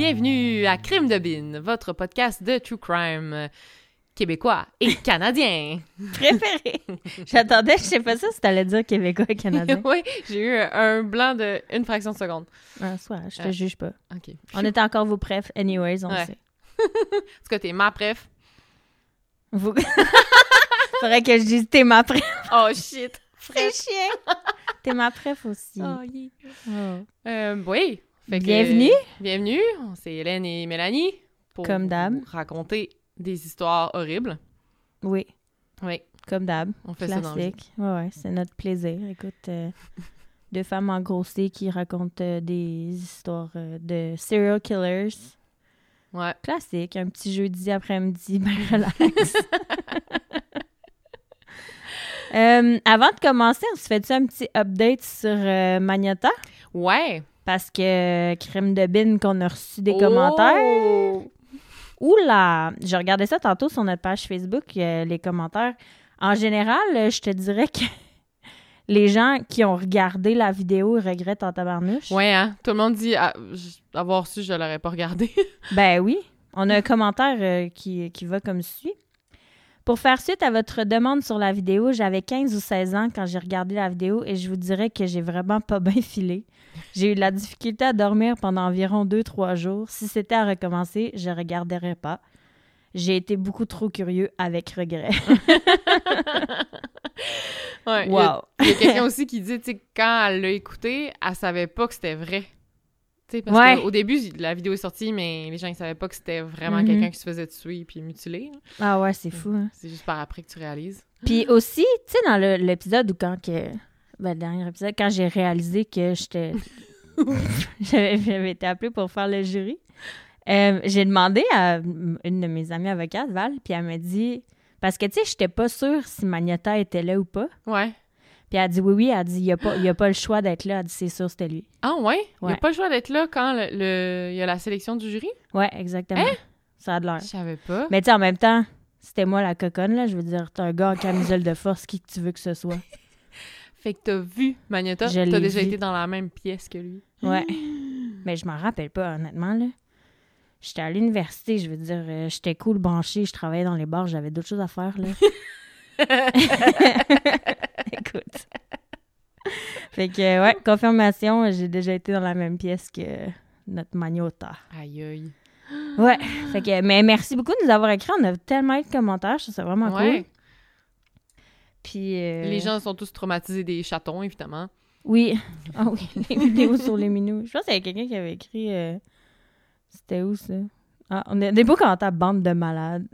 Bienvenue à Crime de Bin, votre podcast de true crime québécois et canadien. Préféré. J'attendais, je sais pas ça si t'allais dire québécois et canadien. Oui, j'ai eu un blanc de une fraction de seconde. Ah, soit, je te juge pas. OK. On était encore vos préf, anyways, on le sait. En tout cas, t'es ma préf. Vous... Faudrait que je dise t'es ma préf. Oh, shit. C'est chien. T'es ma préf aussi. Oh, yeah. Oh. Oui. Fait que, Bienvenue. Bienvenue. C'est Hélène et Mélanie. Pour Comme d'hab. vous raconter des histoires horribles. Oui, Oui. comme d'hab. On fait ça dans la vie. Classique. Ouais, c'est notre plaisir. Écoute, deux femmes engrossées qui racontent des histoires de serial killers. Ouais. Classique. Un petit jeudi après-midi, ben relax. Avant de commencer, on se fait-tu un petit update sur Magnata? Ouais. Parce que crème de bin qu'on a reçu des commentaires. Oula! Je regardais ça tantôt sur notre page Facebook, les commentaires. En général, je te dirais que les gens qui ont regardé la vidéo regrettent en tabarnouche. Ouais, hein? Tout le monde dit avoir su, je l'aurais pas regardé. Ben oui. On a un commentaire qui va comme suit. Pour faire suite à votre demande sur la vidéo, j'avais 15 ou 16 ans quand j'ai regardé la vidéo et je vous dirais que j'ai vraiment pas bien filé. J'ai eu de la difficulté à dormir pendant environ 2-3 jours. Si c'était à recommencer, je ne regarderais pas. J'ai été beaucoup trop curieux avec regret. Ouais, Wow. Il y a quelqu'un aussi qui dit, tu sais, quand elle l'a écouté, elle savait pas que c'était vrai. Tu sais, parce Ouais. qu'au début, la vidéo est sortie, mais les gens, ils savaient pas que c'était vraiment Mhm. quelqu'un qui se faisait tuer puis mutiler. Ah ouais, c'est fou. Hein? C'est juste par après que tu réalises. Puis aussi, tu sais, dans l'épisode où quand que... Ben, le dernier épisode, quand j'ai réalisé que j'étais... j'avais été appelée pour faire le jury, j'ai demandé à une de mes amies avocates, Val, puis elle m'a dit... Parce que, tu sais, j'étais pas sûre si Magnata était là ou pas. Ouais. Puis elle a dit oui, elle a dit il y a pas le choix d'être là. Elle a dit c'est sûr, c'était lui. Ah ouais? Il n'y a Ouais. pas le choix d'être là quand il y a la sélection du jury? Ouais, exactement. Hein? Ça a de l'air. Je savais pas. Mais tu sais, en même temps, c'était moi la coconne, là. Je veux dire, t'es un gars en camisole de force, qui que tu veux que ce soit. Fait que t'as vu Magnata, Je t'as l'ai déjà vu. été dans la même pièce que lui. Ouais. Mais je m'en rappelle pas, honnêtement, là. J'étais à l'université, je veux dire, j'étais cool branchée, je travaillais dans les bars, j'avais d'autres choses à faire, là. Écoute. Fait que, ouais, confirmation, j'ai déjà été dans la même pièce que notre Magnata. Aïe aïe. Ouais, fait que, mais merci beaucoup de nous avoir écrit, on a tellement eu de commentaires, je trouve ça vraiment Ouais. cool. Puis... Les gens sont tous traumatisés des chatons, évidemment. Oui, ah oui, les vidéos sur les minous. Je pense qu'il y a quelqu'un qui avait écrit... C'était où, ça? Ah, on a des beaux commentaires, bande de malades.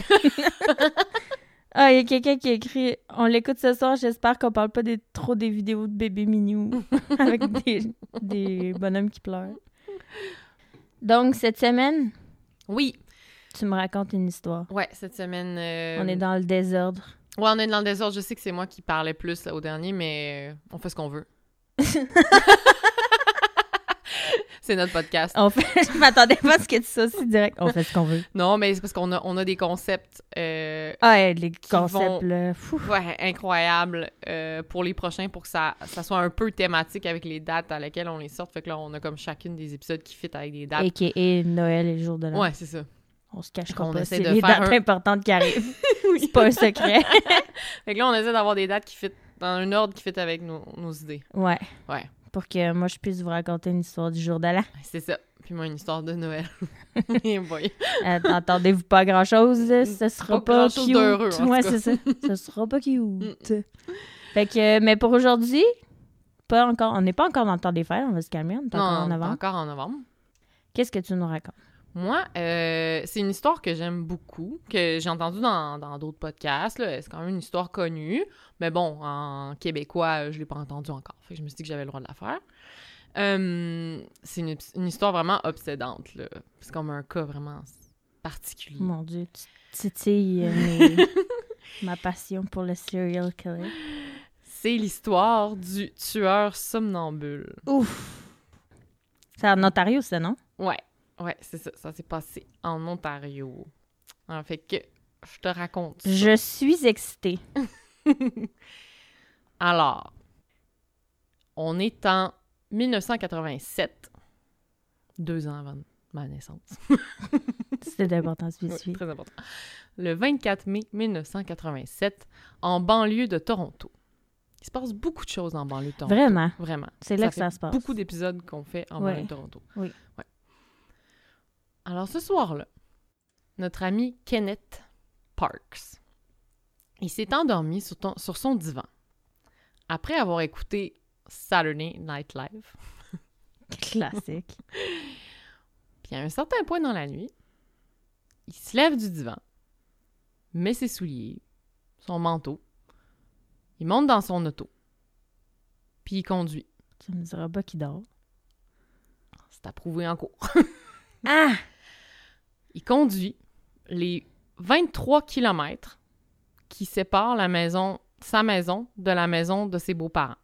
Ah, il y a quelqu'un qui a écrit « On l'écoute ce soir, j'espère qu'on parle pas trop des vidéos de bébés mignous avec des bonhommes qui pleurent. » Donc, cette semaine, Oui. tu me racontes une histoire. Ouais, cette semaine... On est dans le désordre. Ouais, on est dans le désordre. Je sais que c'est moi qui parlais plus là, au dernier, mais on fait ce qu'on veut. C'est notre podcast. Je m'attendais pas à ce que tu sois aussi direct. On fait ce qu'on veut. Non, mais c'est parce qu'on a des concepts Ah, les concepts, vont- là. Fou. ouais, incroyables pour les prochains, pour que ça soit un peu thématique avec les dates à laquelles on les sort. Fait que là, on a comme chacune des épisodes qui fit avec des dates. A.K.A. Noël et le jour de l'an. Ouais, c'est ça. On se cachera On pas. essaie C'est de les faire dates un- importantes qui arrivent. C'est pas un secret. Fait que là, on essaie d'avoir des dates qui fit dans un ordre qui fit avec nos idées. Ouais. Ouais. Pour que moi, je puisse vous raconter une histoire du jour de l'an. C'est ça. Puis moi, une histoire de Noël. Et boy. Attendez-vous pas à grand-chose. Ce sera Pas pas grand-chose cute. d'heureux, en tout Ouais, cas. c'est ça. Ce sera pas cute. Fait que, mais pour aujourd'hui, pas encore. On n'est pas encore dans le temps des fêtes. On va se calmer. On est encore en Non, pas novembre. encore en novembre. Qu'est-ce que tu nous racontes? Moi, c'est une histoire que j'aime beaucoup, que j'ai entendue dans d'autres podcasts. Là. C'est quand même une histoire connue. Mais bon, en québécois, je l'ai pas entendue encore. Fait que je me suis dit que j'avais le droit de la faire. C'est une histoire vraiment obsédante. Là. C'est comme un cas vraiment particulier. Mon Dieu, tu titilles ma passion pour le serial killer. C'est l'histoire du tueur somnambule. Ouf! C'est en Ontario, ça, non? Ouais, c'est ça. Ça s'est passé en Ontario. Alors, fait que je te raconte ça. Je suis excitée. Alors, on est en 1987, 2 ans avant ma naissance. C'était important de Oui, spécifier. très important. Le 24 mai 1987, en banlieue de Toronto. Il se passe beaucoup de choses en banlieue de Toronto. Vraiment? Vraiment. C'est là que ça fait se passe. beaucoup d'épisodes qu'on fait en banlieue de Toronto. Oui. Ouais. Alors, ce soir-là, notre ami Kenneth Parks, il s'est endormi sur son divan après avoir écouté Saturday Night Live. Classique. Puis à un certain point dans la nuit, il se lève du divan, met ses souliers, son manteau, il monte dans son auto, puis il conduit. Tu me diras pas qu'il dort. C'est approuvé en cours. Ah! Il conduit les 23 kilomètres qui séparent sa maison de la maison de ses beaux-parents.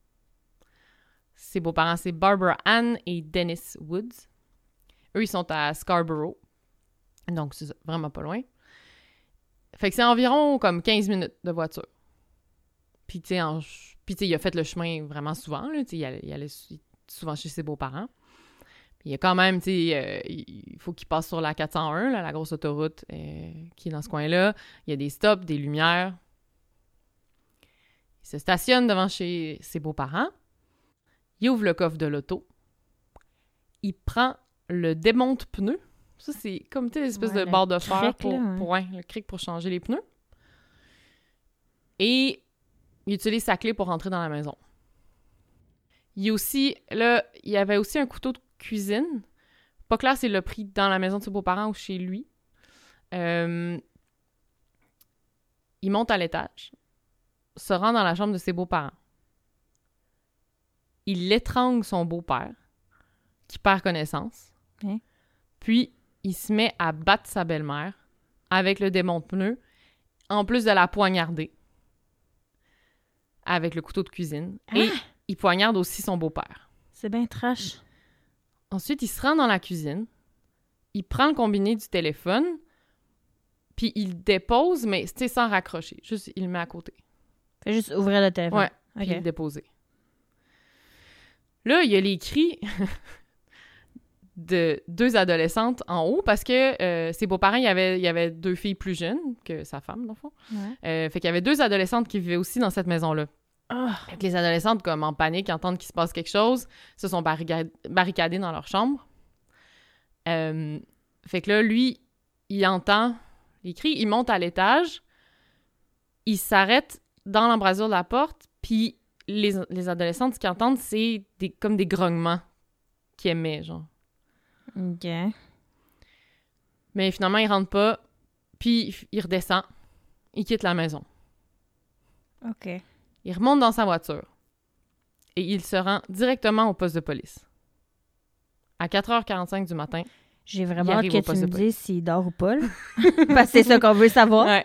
Ses beaux-parents, c'est Barbara Ann et Dennis Woods. Eux, ils sont à Scarborough. Donc, c'est vraiment pas loin. Fait que c'est environ comme 15 minutes de voiture. Puis, tu sais, il a fait le chemin vraiment souvent. Là, il allait souvent chez ses beaux-parents. Puis, il y a quand même, tu sais, il faut qu'il passe sur la 401, là, la grosse autoroute qui est dans ce coin-là. Il y a des stops, des lumières. Il se stationne devant chez ses beaux-parents. Il ouvre le coffre de l'auto. Il prend le démonte-pneus. Ça, c'est comme, tu sais, l'espèce de barre de fer le cric pour changer les pneus. Et il utilise sa clé pour rentrer dans la maison. Il y avait aussi un couteau de cuisine. Pas clair s'il l'a pris dans la maison de ses beaux-parents ou chez lui. Il monte à l'étage, se rend dans la chambre de ses beaux-parents. Il étrangle son beau-père, qui perd connaissance. Hein? Puis, il se met à battre sa belle-mère avec le démonte-pneus, en plus de la poignarder avec le couteau de cuisine. Ah! Et il poignarde aussi son beau-père. C'est bien trash. Ensuite, il se rend dans la cuisine, il prend le combiné du téléphone, puis il le dépose, mais c'est sans raccrocher. Juste, il le met à côté. Fait juste ouvrir le téléphone. Ouais, puis OK. le déposer. Là, il y a les cris de deux adolescentes en haut parce que ses beaux-parents, il y avait deux filles plus jeunes que sa femme, dans le fond. Ouais. Fait qu'il y avait deux adolescentes qui vivaient aussi dans cette maison-là. Oh. Fait que les adolescentes, comme en panique, entendent qu'il se passe quelque chose, se sont barricadées dans leur chambre. Fait que là, lui, il entend les cris, il monte à l'étage, il s'arrête dans l'embrasure de la porte, puis les adolescentes, ce qu'ils entendent, c'est comme des grognements qu'ils aimaient, genre. OK. Mais finalement, il rentre pas, puis il redescend, il quitte la maison. OK. Il remonte dans sa voiture et il se rend directement au poste de police. À 4h45 du matin, J'ai il vraiment hâte arrive que au tu poste me de police. dises s'il dort ou pas, là. Parce que c'est ça qu'on veut savoir. Ouais.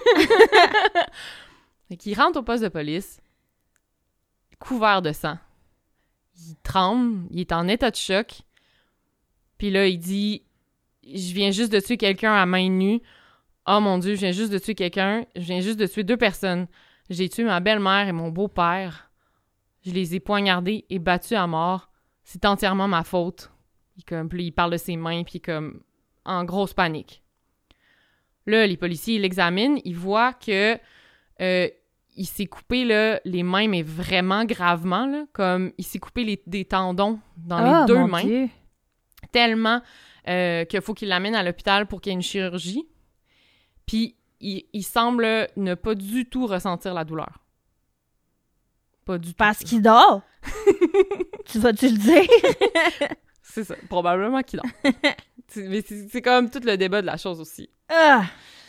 Fait qu'il rentre au poste de police, couvert de sang. Il tremble, il est en état de choc. Puis là, il dit « Je viens juste de tuer quelqu'un à main nue. Oh mon Dieu, je viens juste de tuer quelqu'un. Je viens juste de tuer deux personnes. J'ai tué ma belle-mère et mon beau-père. Je les ai poignardés et battus à mort. C'est entièrement ma faute. » Puis il parle de ses mains, puis comme en grosse panique. Là, les policiers l'examinent. Ils voient que il s'est coupé là, les mains, mais vraiment gravement. Là, comme il s'est coupé des tendons dans les deux mains. Dieu. Tellement qu'il faut qu'il l'amène à l'hôpital pour qu'il y ait une chirurgie. Puis il semble ne pas du tout ressentir la douleur. Pas du tout. Parce qu'il dort? Tu vas-tu le dire? C'est ça, probablement qu'il dort. Mais c'est comme tout le débat de la chose aussi. Ah!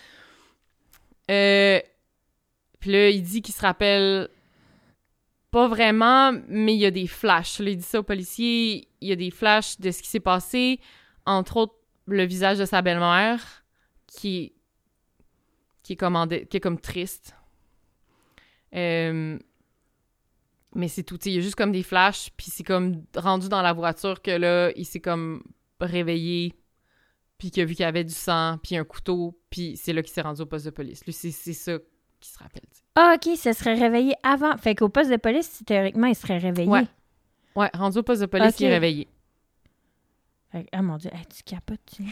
Puis là, il dit qu'il se rappelle pas vraiment, mais il y a des flashs. Là, il dit ça au policier, il y a des flashs de ce qui s'est passé, entre autres le visage de sa belle-mère, qui est comme triste. Mais c'est tout, il y a juste comme des flashs, puis c'est comme rendu dans la voiture que là, il s'est comme réveillé, puis qu'il a vu qu'il y avait du sang, puis un couteau, puis c'est là qu'il s'est rendu au poste de police. Lui, c'est ça qu'il se rappelle. T'sais. Ah, OK, ça serait réveillé avant. Fait qu'au poste de police, théoriquement, il serait réveillé. Ouais, rendu au poste de police, il est réveillé. Ah mon Dieu, hey, tu capotes, tu...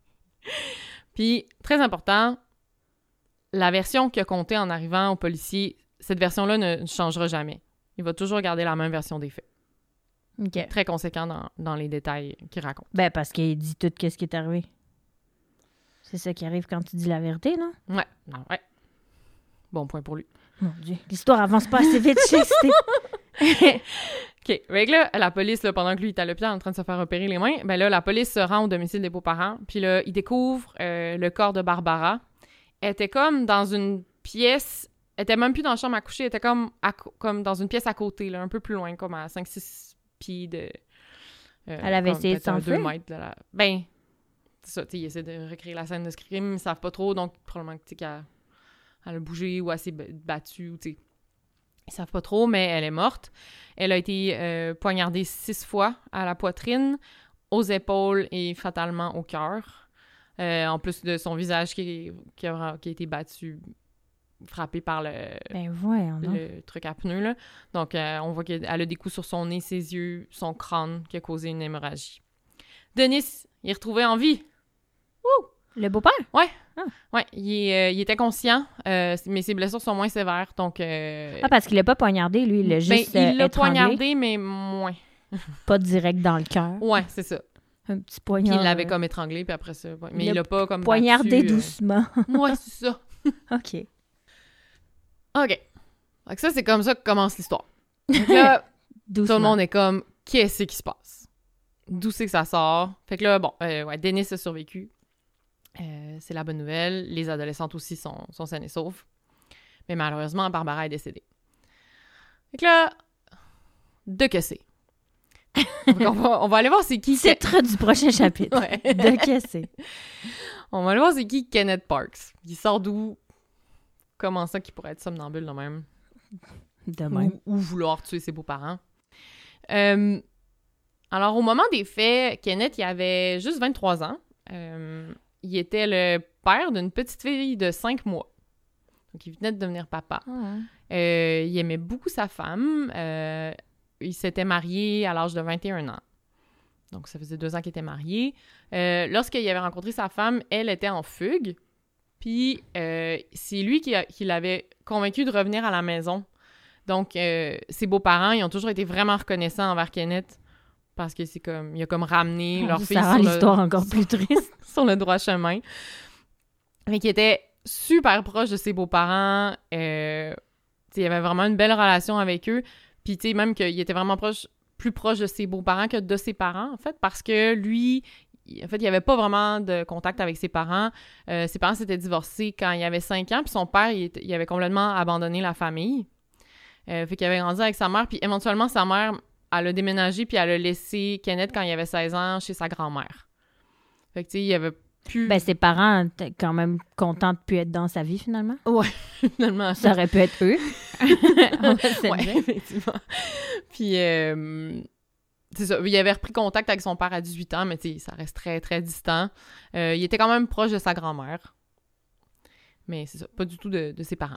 Puis, très important, la version qu'il a comptée en arrivant au policier, cette version-là ne changera jamais. Il va toujours garder la même version des faits. OK. Très conséquent dans les détails qu'il raconte. Ben, parce qu'il dit tout ce qui est arrivé. C'est ça qui arrive quand tu dis la vérité, non? Ouais. Non, ouais. Bon point pour lui. Mon Dieu, l'histoire avance pas assez vite, je suis excitée. OK. Fait que là, la police, là, pendant que lui est à l'hôpital en train de se faire opérer les mains, ben là, la police se rend au domicile des beaux-parents. Puis là, ils découvrent le corps de Barbara. Elle était comme dans une pièce... Elle était même plus dans la chambre à coucher. Elle était comme dans une pièce à côté, là, un peu plus loin, comme à 5-6 pieds de... Elle avait essayé de s'enfuir? 2 mètres de la... Ben, c'est ça, tu sais, ils essaient de recréer la scène de ce crime. Ils savent pas trop, donc probablement que, tu sais, qu'elle a bougé ou elle s'est battue, ou tu sais... Ils savent pas trop, mais elle est morte. Elle a été poignardée 6 fois à la poitrine, aux épaules et fatalement au cœur. En plus de son visage qui a été battu, frappé par Ben voyons donc. le truc à pneus, là. Donc, on voit qu'elle a des coups sur son nez, ses yeux, son crâne, qui a causé une hémorragie. Denis, il est retrouvé en vie. Wouh! Le beau-père? Ouais. Ah. Ouais, il était conscient, mais ses blessures sont moins sévères, donc... Ah, parce qu'il l'a pas poignardé, lui, il l'a juste il l'a étranglé. poignardé, mais moins. Pas direct dans le cœur. Ouais, c'est ça. Un petit Puis poignard. il l'avait comme étranglé, puis après ça... ouais. Mais il l'a pas comme poignardé battu, doucement. Ouais, c'est ça. OK. OK. Donc ça, c'est comme ça que commence l'histoire. Donc là, Doucement. tout le monde est comme, qu'est-ce qui se passe? D'où c'est que ça sort? Fait que là, bon, ouais, Denis a survécu. C'est la bonne nouvelle. Les adolescentes aussi sont saines et sauves. Mais malheureusement, Barbara est décédée. Fait que là, de que c'est? on va aller voir c'est qui... Titre du prochain chapitre. Ouais. De que c'est? On va aller voir c'est qui Kenneth Parks. Il sort d'où? Comment ça qu'il pourrait être somnambule de même? De même. Ou vouloir tuer ses beaux-parents. Alors, au moment des faits, Kenneth, il avait juste 23 ans. Il était le père d'une petite fille de 5 mois. Donc, il venait de devenir papa. Ah. Il aimait beaucoup sa femme. Il s'était marié à l'âge de 21 ans. Donc, ça faisait 2 ans qu'il était marié. Lorsqu'il avait rencontré sa femme, elle était en fugue. Puis, c'est lui qui l'avait convaincu de revenir à la maison. Donc, ses beaux-parents, ils ont toujours été vraiment reconnaissants envers Kenneth parce que il a comme ramené leur fille ça rend l'histoire encore plus triste. sur le droit chemin. Mais qui était super proche de ses beaux-parents. Il y avait vraiment une belle relation avec eux. Puis, tu sais, même qu'il était vraiment plus proche de ses beaux-parents que de ses parents, en fait, parce que lui... En fait, il n'y avait pas vraiment de contact avec ses parents. Ses parents s'étaient divorcés quand il avait 5 ans, puis son père, il avait complètement abandonné la famille. Fait qu'il avait grandi avec sa mère, puis éventuellement, sa mère, elle a déménagé, puis elle a laissé Kenneth quand il avait 16 ans chez sa grand-mère. Fait que, tu sais, il y avait plus... Ben, ses parents étaient quand même contents de plus être dans sa vie, finalement. Ouais, finalement. Ça aurait pu être eux. On va se le Ouais, dire. effectivement. Puis... c'est ça, il avait repris contact avec son père à 18 ans, mais tu sais, ça reste très, très distant. Il était quand même proche de sa grand-mère. Mais c'est ça, pas du tout de ses parents.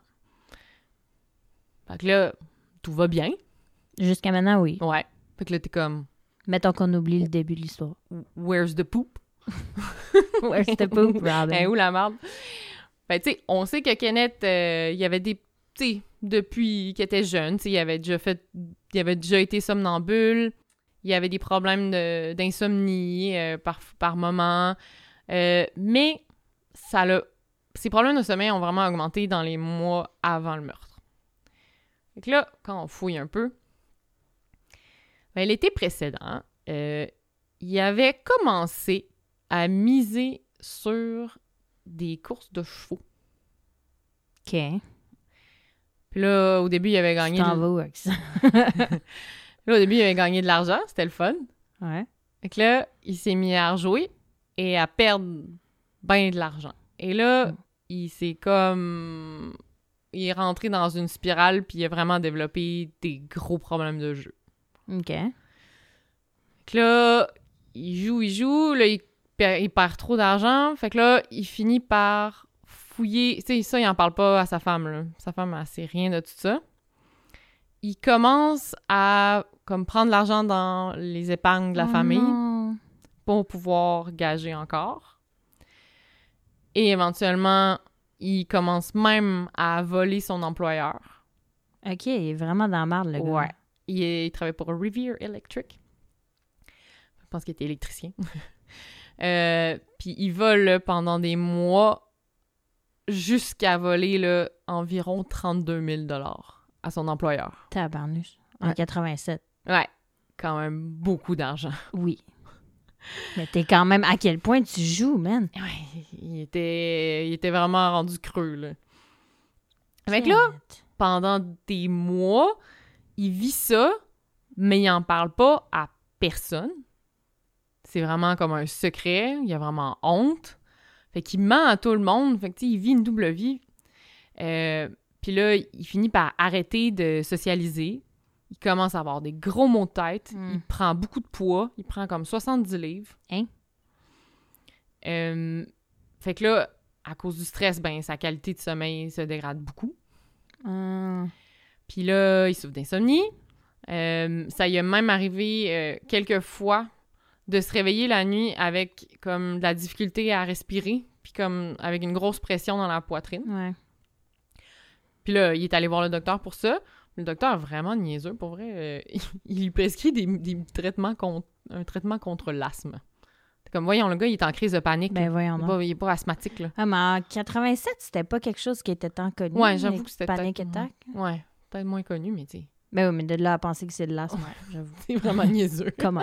Fait que là, tout va bien. Jusqu'à maintenant, oui. Ouais. Fait que là, t'es comme... Mettons qu'on oublie le début de l'histoire. Where's the poop? Where's the poop, Robin? Où la merde? Ben, tu sais, on sait que Kenneth, il y avait des... Tu sais, depuis qu'il était jeune, tu sais, il avait déjà été somnambule. Il y avait des problèmes d'insomnie par moment. Mais ses problèmes de sommeil ont vraiment augmenté dans les mois avant le meurtre. Fait que là, quand on fouille un peu, ben, l'été précédent, il avait commencé à miser sur des courses de chevaux. OK. Puis là, au début, il avait gagné... T'en vas où avec ça? Là, au début, il avait gagné de l'argent, c'était le fun. Ouais. Fait que là, il s'est mis à rejouer et à perdre ben de l'argent. Et là, il est rentré dans une spirale puis il a vraiment développé des gros problèmes de jeu. OK. Fait que là, il joue, là, il perd trop d'argent. Fait que là, il finit par fouiller... Tu sais, ça, il en parle pas à sa femme, là. Sa femme, elle sait rien de tout ça. Il commence à comme prendre l'argent dans les épargnes de la famille. Non. pour pouvoir gager encore. Et éventuellement, il commence même à voler son employeur. OK, il est vraiment dans la marde, le gars. Ouais. Il travaille pour Revere Electric. Je pense qu'il était électricien. Puis il vole là, pendant des mois jusqu'à voler là, environ 32 000 à son employeur. Tabarnouche. En Ouais. 87. Ouais, quand même beaucoup d'argent. Oui. Mais t'es quand même... À quel point tu joues, man? Ouais, il était vraiment rendu creux, là. Fait que là, pendant des mois, il vit ça, mais il en parle pas à personne. C'est vraiment comme un secret. Il a vraiment honte. Fait qu'il ment à tout le monde. Fait que, tu sais, il vit une double vie. Puis là, il finit par arrêter de socialiser. Il commence à avoir des gros maux de tête. Il prend beaucoup de poids. Il prend comme 70 livres. Hein? Fait que là, à cause du stress, ben sa qualité de sommeil se dégrade beaucoup. Puis là, il souffre d'insomnie. Ça lui est même arrivé quelques fois de se réveiller la nuit avec comme de la difficulté à respirer, puis comme avec une grosse pression dans la poitrine. Ouais. Puis là, il est allé voir le docteur pour ça. Le docteur est vraiment niaiseux, pour vrai. Il lui prescrit des traitements un traitement contre l'asthme. C'est comme, voyons, le gars, il est en crise de panique. Ben voyons donc. Il est pas asthmatique, là. Ah, mais en 87, c'était pas quelque chose qui était tant connu. Ouais, j'avoue que c'était Panic peut-être... attack. Ouais, peut-être moins connu, mais tu sais, Ben oui, mais de là à penser que c'est de l'asthme, ouais, j'avoue. c'est vraiment niaiseux. Come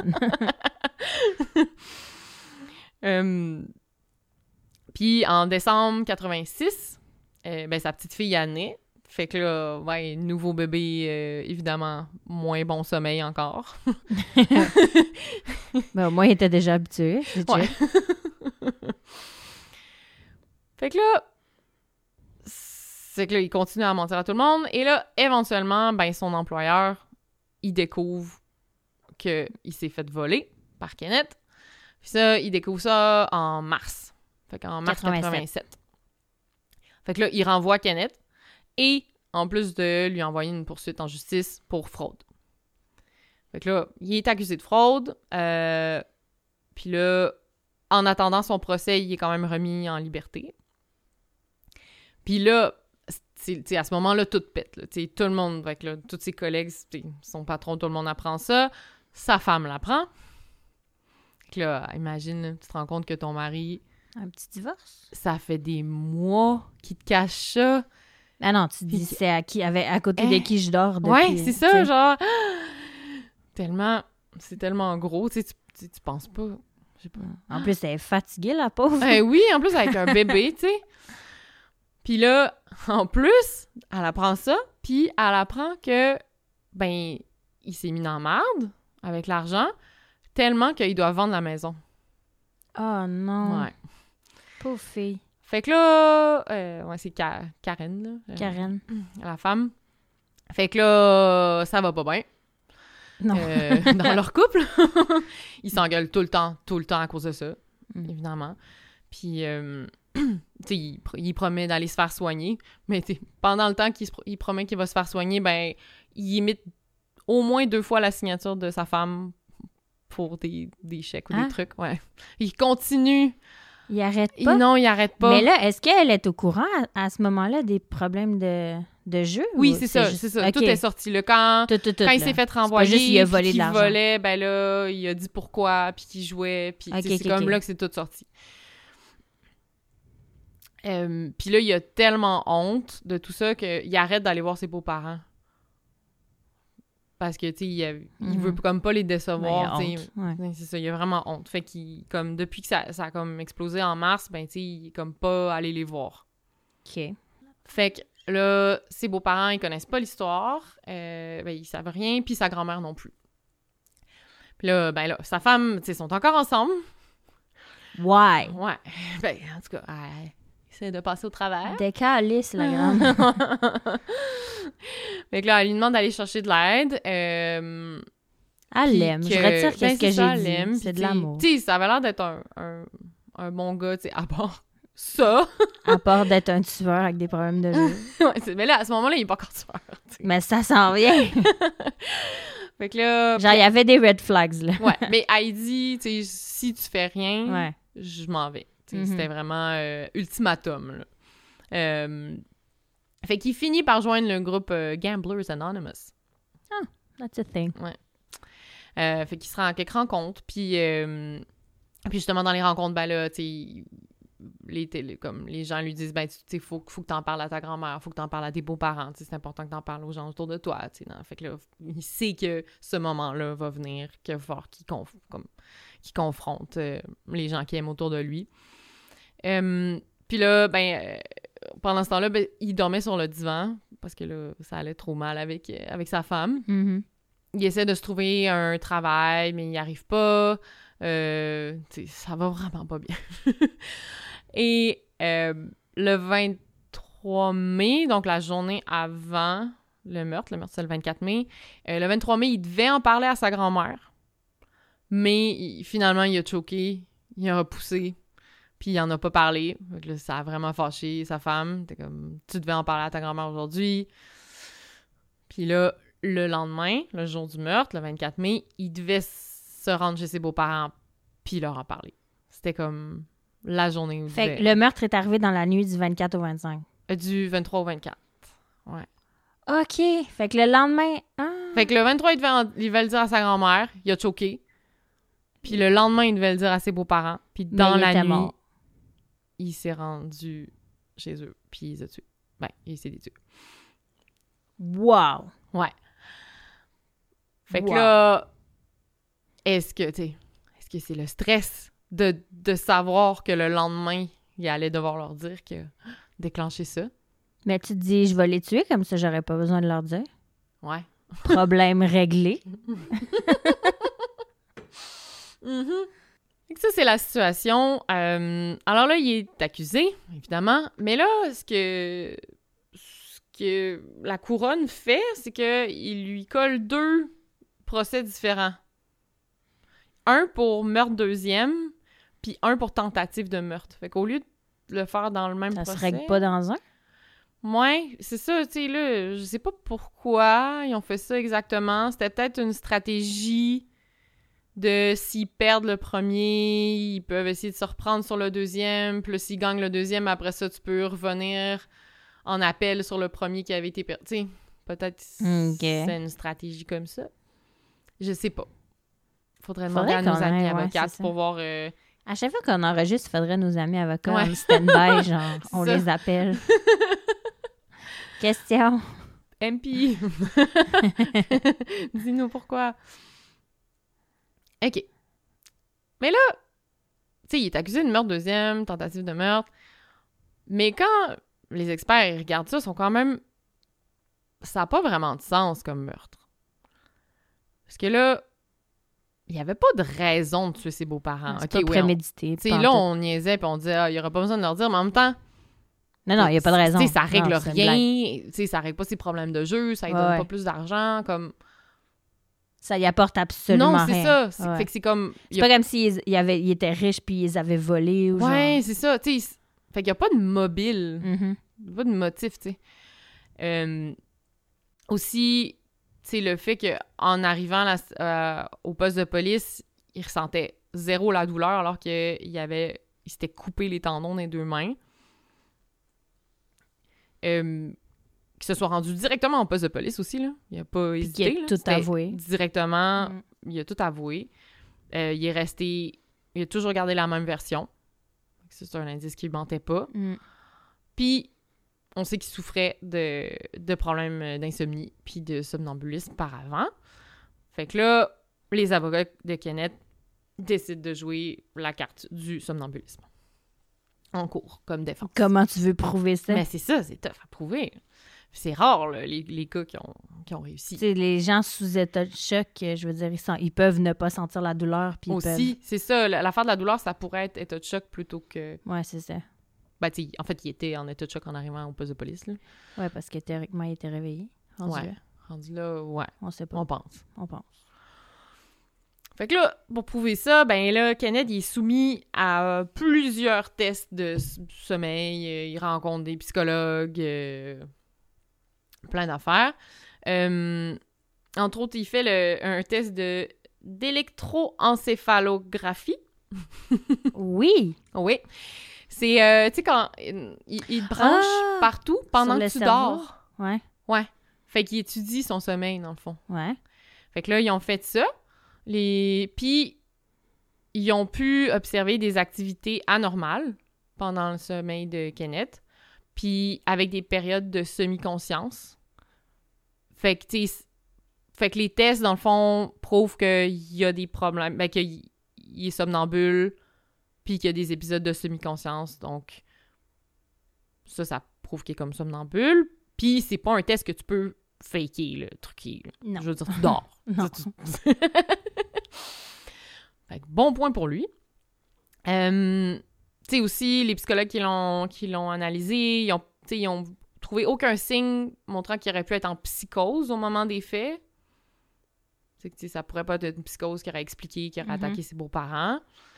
on. Puis en décembre 86, ben sa petite fille naît. Fait que là, ouais, nouveau bébé, évidemment, moins bon sommeil encore. Ben au moins, il était déjà habitué. Ouais. Fait que là, c'est que là, il continue à mentir à tout le monde. Et là, éventuellement, ben son employeur, il découvre qu'il s'est fait voler par Kenneth. Puis ça, il découvre ça en mars. Fait qu'en mars 87. Fait que là, il renvoie Kenneth. Et, en plus de lui envoyer une poursuite en justice pour fraude. Fait que là, il est accusé de fraude. Puis là, en attendant son procès, il est quand même remis en liberté. Puis là, à ce moment-là, tout pète. Là, tout le monde, fait que là, tous ses collègues, son patron, tout le monde apprend ça. Sa femme l'apprend. Fait que là, imagine, là, tu te rends compte que ton mari... Un petit divorce? Ça fait des mois qu'il te cache ça. Ah non, tu dis c'est à côté de qui je dors depuis... Ouais, c'est ça, t'sais. Genre... C'est tellement gros, tu penses pas... Je sais pas. En plus, elle est fatiguée, la pauvre. Oui, en plus, avec un bébé, tu sais. Puis là, en plus, elle apprend ça, puis elle apprend que, ben, il s'est mis dans la merde avec l'argent, tellement qu'il doit vendre la maison. Oh non. Ouais. Pauvre fille. Fait que là, ouais, c'est Karen, là. Karen. La femme. Fait que là, ça va pas bien. Non. Dans leur couple. Ils s'engueulent tout le temps à cause de ça, évidemment. Puis, tu sais, il promet d'aller se faire soigner, mais tu sais, pendant le temps qu'il promet qu'il va se faire soigner, ben, il imite au moins 2 fois la signature de sa femme pour des chèques ou des trucs, ouais. Il continue. Il arrête pas? Non, il arrête pas. Mais là, est-ce qu'elle est au courant à ce moment-là des problèmes de jeu? Oui, c'est ça, c'est ça. Okay. Tout est sorti. Là, quand il s'est fait renvoyer, juste, il a volé de l'argent. Volait, ben là, il a dit pourquoi, puis qu'il jouait, puis c'est comme là que c'est tout sorti. Puis là, il a tellement honte de tout ça qu'il arrête d'aller voir ses beaux-parents. Parce que, tu sais, il veut comme pas les décevoir, tu sais. Ouais. C'est ça, il a vraiment honte. Fait qu'il, comme, depuis que ça a comme explosé en mars, ben, tu sais, il est comme pas allé les voir. OK. Fait que là, ses beaux-parents, ils connaissent pas l'histoire, ben, ils savent rien, puis sa grand-mère non plus. Puis là, ben là, sa femme, tu sais, sont encore ensemble. Ouais. Ouais. Ben, en tout cas, essaie de passer au travers. Décalisse, la grande. Fait que là, elle lui demande d'aller chercher de l'aide. Elle l'aime. Je retire qu'est-ce que j'ai dit. C'est de l'amour. Tu sais, ça avait l'air d'être un bon gars, tu sais, à part ça. À part d'être un tueur avec des problèmes de jeu. Ouais, mais là, à ce moment-là, il est pas encore tueur. T'sais. Mais ça s'en vient. Fait que là... Genre, il y avait des red flags, là. Ouais, mais Heidi, tu sais, si tu fais rien, Ouais. je m'en vais. Tu sais, Mhm. C'était vraiment ultimatum, là. Fait qu'il finit par joindre le groupe Gamblers Anonymous. That's a thing. Fait qu'il se rend à quelques rencontres, puis justement, dans les rencontres, ben là, tu sais, comme les gens lui disent, ben, tu sais, faut que t'en parles à ta grand-mère, faut que t'en parles à tes beaux-parents, tu sais, c'est important que t'en parles aux gens autour de toi, tu sais. Fait que là, il sait que ce moment-là va venir, qu'il va falloir qu'il confronte les gens qui aiment autour de lui. Puis là, ben, pendant ce temps-là, ben, il dormait sur le divan, parce que là, ça allait trop mal avec sa femme. Mhm. Il essaie de se trouver un travail, mais il n'y arrive pas. Tu sais, ça va vraiment pas bien. Et le 23 mai, donc la journée avant le meurtre c'est le 24 mai, le 23 mai, il devait en parler à sa grand-mère. Mais finalement, il a choqué, il a repoussé, puis il en a pas parlé. Donc là, ça a vraiment fâché sa femme. T'es comme, tu devais en parler à ta grand-mère aujourd'hui. Puis là, le lendemain, le jour du meurtre, le 24 mai, il devait se rendre chez ses beaux-parents puis leur en parler. C'était comme la journée où il Fait que devait... le meurtre est arrivé dans la nuit du 24 au 25. Du 23 au 24. Ouais. OK. Fait que le lendemain... Ah. Fait que le 23, il devait le dire à sa grand-mère. Il a choqué. Puis le lendemain, il devait le dire à ses beaux-parents. Puis dans Mais il la était nuit, mort. il s'est rendu chez eux. Puis il les a tués. Ben, il s'est tués. Wow. Ouais. Fait que Wow. là, est-ce que c'est le stress de savoir que le lendemain, il allait devoir leur dire que déclencher ça? Mais tu te dis, je vais les tuer, comme ça, j'aurais pas besoin de leur dire. Ouais. Problème réglé. Mm-hmm. Fait que ça, c'est la situation. Alors là, il est accusé, évidemment. Mais là, ce que la couronne fait, c'est qu'il lui colle 2 procès différents. Un pour meurtre deuxième, puis un pour tentative de meurtre. Fait qu'au lieu de le faire dans le même Ça procès... se règle pas dans un? Ouais, c'est ça, tu sais, là, je sais pas pourquoi ils ont fait ça exactement. C'était peut-être une stratégie de s'ils perdent le premier, ils peuvent essayer de se reprendre sur le deuxième, puis là, s'ils gagnent le deuxième, après ça, tu peux revenir en appel sur le premier qui avait été perdu. Tu sais, peut-être c'est une stratégie comme ça. Je sais pas. Faudrait demander à nos amis avocates pour voir... À chaque fois qu'on enregistre, il faudrait nos amis avocats en stand-by, genre, on les appelle. Question. MP. Dis-nous pourquoi. OK. Mais là, tu sais, il est accusé de meurtre deuxième, tentative de meurtre. Mais quand les experts regardent ça, ils sont quand même... Ça n'a pas vraiment de sens comme meurtre. Parce que là, il n'y avait pas de raison de tuer ses beaux-parents. C'est pas prémédité. Tu sais, là, on niaisait puis on disait, il n'y aura pas besoin de leur dire, mais en même temps... Non, il n'y a pas de raison. Tu sais, ça règle rien. Tu sais, ça règle pas ses problèmes de jeu, ça ne donne pas plus d'argent, comme... Ça y apporte absolument rien. Non, c'est ça. Ouais. Fait que c'est comme... C'est pas comme s'ils étaient riches puis ils avaient volé ou genre... Ouais, c'est ça. Tu sais, fait qu'il n'y a pas de mobile. Mm-hmm. Pas de motif, tu sais. Aussi, tu sais, le fait qu'en arrivant au poste de police, il ressentait zéro la douleur alors qu'il s'était coupé les tendons des 2 mains. Qu'il se soit rendu directement au poste de police aussi, là. Il n'a pas hésité. Il a tout avoué. Directement, il a tout avoué. Il est resté... Il a toujours gardé la même version. C'est un indice qui ne mentait pas. Puis, on sait qu'il souffrait de problèmes d'insomnie puis de somnambulisme par avant. Fait que là, les avocats de Kenneth décident de jouer la carte du somnambulisme en cours, comme défense. Comment tu veux prouver ça? Mais c'est ça, c'est tough à prouver. C'est rare, là, les cas qui ont réussi. T'sais, les gens sous état de choc, je veux dire, ils peuvent ne pas sentir la douleur. Puis aussi, c'est ça. L'affaire de la douleur, ça pourrait être état de choc plutôt que... Ouais, c'est ça. Ben, tu sais, en fait, il était en état de choc en arrivant au poste de police, là. Ouais, parce que théoriquement, il était réveillé. Rendu là, ouais. On sait pas. On pense. Fait que là, pour prouver ça, ben là, Kenneth, il est soumis à plusieurs tests de sommeil. Il rencontre des psychologues, plein d'affaires. Entre autres, il fait un test d'électroencéphalographie. Oui. Oui. C'est, tu sais, quand il te branche partout pendant que tu dors. Ouais. Ouais. Fait qu'il étudie son sommeil, dans le fond. Ouais. Fait que là, ils ont fait ça. Puis, ils ont pu observer des activités anormales pendant le sommeil de Kenneth. Puis, avec des périodes de semi-conscience. Fait que, tu sais, les tests, dans le fond, prouvent qu'il y a des problèmes. Ben, qu'il est somnambule, puis qu'il y a des épisodes de semi-conscience. Donc, ça prouve qu'il est comme somnambule. Puis, c'est pas un test que tu peux faker, là, truquer. Là. Non. Je veux dire, tu dors. Non. Fait que bon point pour lui. Tu sais, aussi, les psychologues qui l'ont analysé, ils ont trouvé aucun signe montrant qu'il aurait pu être en psychose au moment des faits. C'est que, ça pourrait pas être une psychose qui aurait expliqué qu'il aurait attaqué ses beaux-parents.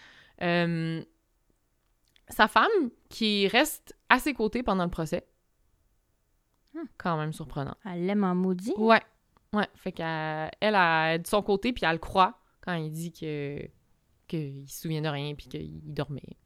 Sa femme, qui reste à ses côtés pendant le procès. Quand même surprenant. Elle l'aime en maudit? Ouais. Fait qu'elle est de son côté, puis elle le croit quand il dit qu'il se souvient de rien, puis qu'il dormait.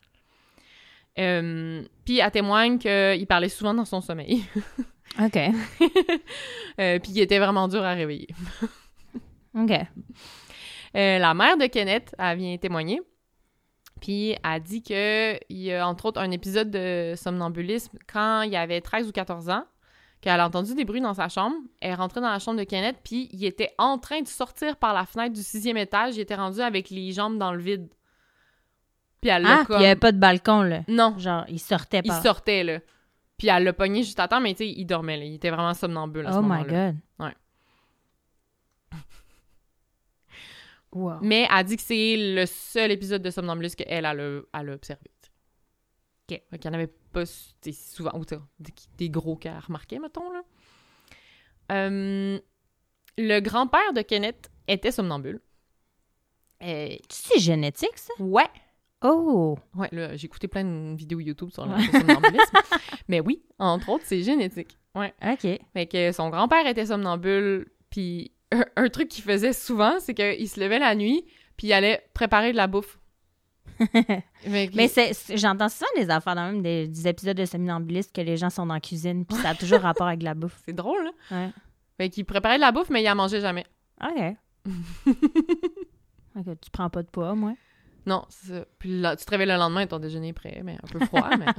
Puis elle témoigne qu'il parlait souvent dans son sommeil. OK. Puis qu'il était vraiment dur à réveiller. OK. La mère de Kenneth, elle vient témoigner. Puis elle dit qu'il y a entre autres un épisode de somnambulisme quand il avait 13 ou 14 ans, qu'elle a entendu des bruits dans sa chambre. Elle est rentrée dans la chambre de Kenneth, puis il était en train de sortir par la fenêtre du 6e étage. Il était rendu avec les jambes dans le vide. Puis elle l'a puis il n'y avait pas de balcon, là. Non. Genre, il sortait Il sortait, là. Puis elle l'a pogné juste à temps, mais tu sais, il dormait, là. Il était vraiment somnambule à ce moment-là. Oh my God. Ouais. Wow. Mais elle dit que c'est le seul épisode de somnambulisme qu'elle a observé. OK. Fait qu'il n'y en avait pas souvent, ou des gros qu'elle remarquait, mettons, là. Le grand-père de Kenneth était somnambule. C'est génétique, ça? Ouais. Oh! Ouais, là, j'ai écouté plein de vidéos YouTube sur le somnambulisme. Mais oui, entre autres, c'est génétique. Ouais. OK. Fait que son grand-père était somnambule, puis un truc qu'il faisait souvent, c'est qu'il se levait la nuit, puis il allait préparer de la bouffe. Mais j'entends souvent des affaires dans même des épisodes de somnambulisme que les gens sont dans la cuisine, puis ça a toujours rapport avec la bouffe. C'est drôle, là. Ouais. Fait qu'il préparait de la bouffe, mais il en mangeait jamais. OK. OK, tu prends pas de poids, moi. Non, c'est ça. Puis là, tu te réveilles le lendemain et ton déjeuner est prêt, mais un peu froid, mais...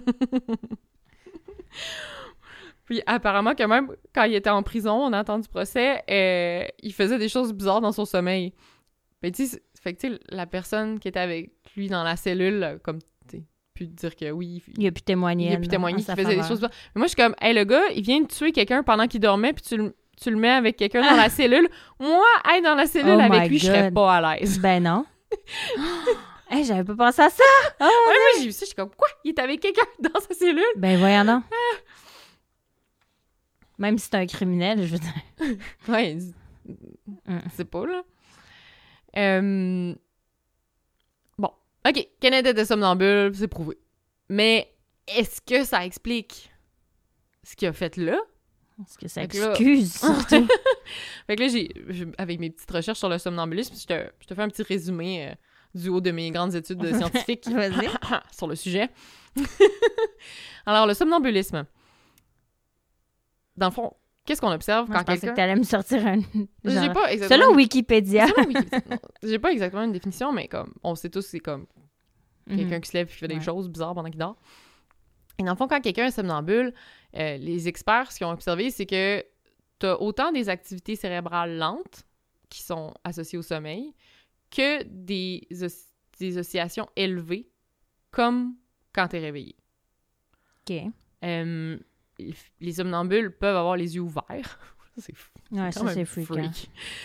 Puis apparemment que même quand il était en prison, on a entendu du procès, il faisait des choses bizarres dans son sommeil. Mais tu sais, fait que tu sais, la personne qui était avec lui dans la cellule, comme tu pu dire que oui... Il a pu témoigner. Il a pu témoigner qu'il faisait des choses bizarres. Mais moi, je suis comme, hey, le gars, il vient de tuer quelqu'un pendant qu'il dormait, puis tu le mets avec quelqu'un dans la cellule. Moi, être dans la cellule avec lui, je serais pas à l'aise. Ben non. Hey, j'avais pas pensé à ça! Oh, ouais, moi, j'ai vu ça, je suis comme, quoi? Il est avec quelqu'un dans sa cellule? Ben voyons donc. Même si c'est un criminel, je veux dire. Ouais, c'est pas, là. Bon, OK, Kenneth était somnambule, c'est prouvé. Mais est-ce que ça explique ce qu'il a fait là? Est-ce que ça excuse, surtout? Fait que là, avec mes petites recherches sur le somnambulisme, je te fais un petit résumé du haut de mes grandes études scientifiques sur le sujet. Alors, le somnambulisme. Dans le fond, qu'est-ce qu'on observe quand quelqu'un... Je pensais que t'allais me sortir un... J'ai pas exactement... Selon Wikipédia. J'ai pas exactement une définition, mais comme on sait tous, c'est comme quelqu'un qui se lève et qui fait des choses bizarres pendant qu'il dort. Et dans le fond, quand quelqu'un est somnambule, les experts, ce qu'ils ont observé, c'est que t'as autant des activités cérébrales lentes qui sont associées au sommeil que des oscillations élevées, comme quand t'es réveillé. OK. Les somnambules peuvent avoir les yeux ouverts. C'est fou. Ouais, ça, c'est fréquent.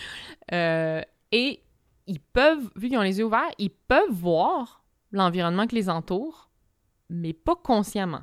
Et ils peuvent, vu qu'ils ont les yeux ouverts, ils peuvent voir l'environnement qui les entoure, mais pas consciemment.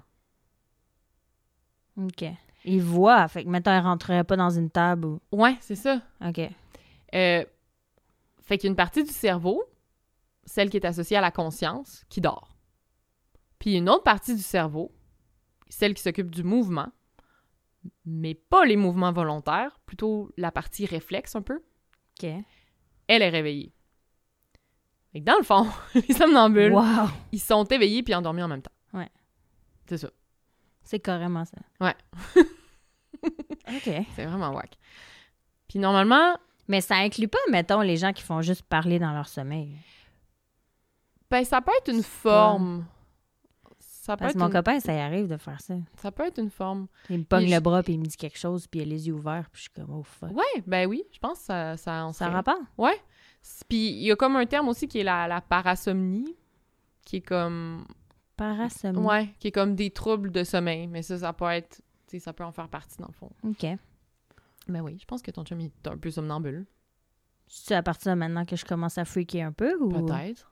OK. Ils voient, fait que maintenant, ils rentreraient pas dans une table ou... Ouais, c'est ça. OK. Fait qu'il y a une partie du cerveau, celle qui est associée à la conscience, qui dort. Puis une autre partie du cerveau, celle qui s'occupe du mouvement, mais pas les mouvements volontaires, plutôt la partie réflexe un peu, OK. elle est réveillée. Et dans le fond, les somnambules, Wow! ils sont éveillés puis endormis en même temps. Ouais. C'est ça. C'est carrément ça. Ouais. OK. C'est vraiment whack. Puis normalement, Mais ça inclut pas, mettons, les gens qui font juste parler dans leur sommeil. ben ça peut être une forme. Ça peut Parce être que mon une... copain, ça y arrive de faire ça. Ça peut être une forme. Il me pogne Mais le bras, puis il me dit quelque chose, puis il a les yeux ouverts, puis je suis comme, oh fuck. Ouais, ben oui, je pense que ça Ça fait- rapport? Ouais. Puis il y a comme un terme aussi qui est la parasomnie, qui est comme... Parasomnie. Ouais, qui est comme des troubles de sommeil. Mais ça peut être... Tu sais, ça peut en faire partie, dans le fond. OK. Ben oui, je pense que ton chum il est un peu somnambule. C'est à partir de maintenant que je commence à freaker un peu, ou? Peut-être.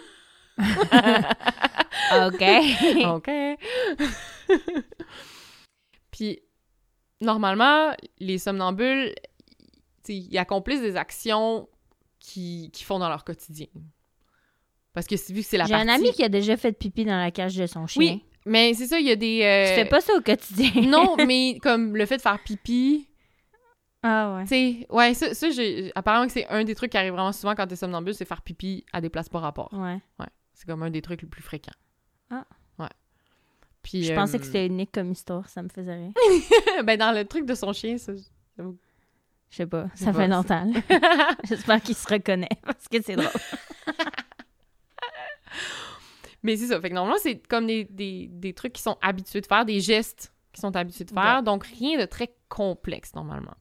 OK. OK. Puis, normalement, les somnambules, tu sais, ils accomplissent des actions qu'ils font dans leur quotidien. Parce que vu que c'est la J'ai partie... un ami qui a déjà fait pipi dans la cage de son chien. Oui, mais c'est ça, il y a des... Tu fais pas ça au quotidien. Non, mais comme le fait de faire pipi... Ah ouais. Tu sais, ouais, ça apparemment que c'est un des trucs qui arrive vraiment souvent quand t'es somnambule, c'est faire pipi à des places pas rapport. Ouais. Ouais, c'est comme un des trucs les plus fréquents. Ah. Ouais. Puis, Je pensais que c'était unique comme histoire, ça me faisait rire. ben, dans le truc de son chien, ça... Je sais pas, Je sais ça pas. fait longtemps. Là. J'espère qu'il se reconnaît, parce que c'est drôle. Mais c'est ça, fait que normalement, c'est comme des trucs qui sont habitués de faire, des gestes qui sont habitués de faire, Ouais. donc rien de très complexe, normalement.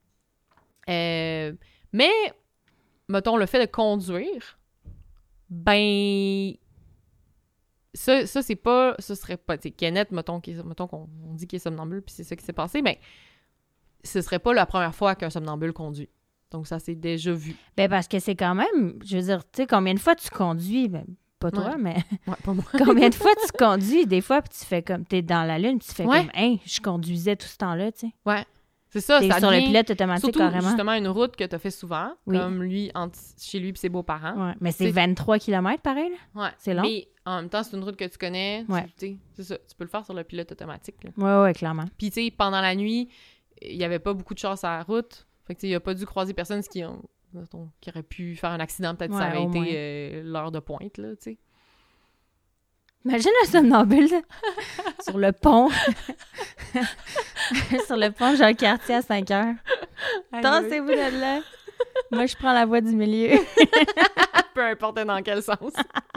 Mais, mettons, le fait de conduire, ben... Ça c'est pas... Ce serait pas... Tu sais, Kenneth, mettons qu'on dit qu'il est somnambule, puis c'est ça qui s'est passé, ben, ce serait pas la première fois qu'un somnambule conduit. Donc, ça s'est déjà vu. Ben parce que c'est quand même, je veux dire, tu sais, combien de fois tu conduis, ben, pas toi, Ouais. mais Ouais, pas moi. combien de fois tu conduis, des fois, puis tu fais comme, t'es dans la lune, puis tu fais Ouais. comme, hey, je conduisais tout ce temps-là, tu sais. Ouais. C'est ça, T'es ça sur le devient... pilote automatique, Surtout, carrément. justement, une route que t'as fait souvent, Oui. comme lui, chez lui et ses beaux-parents. Ouais. Mais c'est C'est- 23 km, pareil, là. Ouais. C'est long. Mais en même temps, c'est une route que tu connais. Ouais. Tu sais, c'est ça. Tu peux le faire sur le pilote automatique. Là. Ouais, clairement. Puis, tu sais, pendant la nuit, il n'y avait pas beaucoup de chars sur la route. Fait que, tu sais, il n'a pas dû croiser personne qui aurait pu faire un accident. Peut-être que ça Ouais, avait au moins. été l'heure de pointe, là, tu sais. Imagine un somnambule sur le pont. Sur le pont Jean-Cartier à 5 heures. Tassez-vous de là. Moi, je prends la voie du milieu. Peu importe dans quel sens.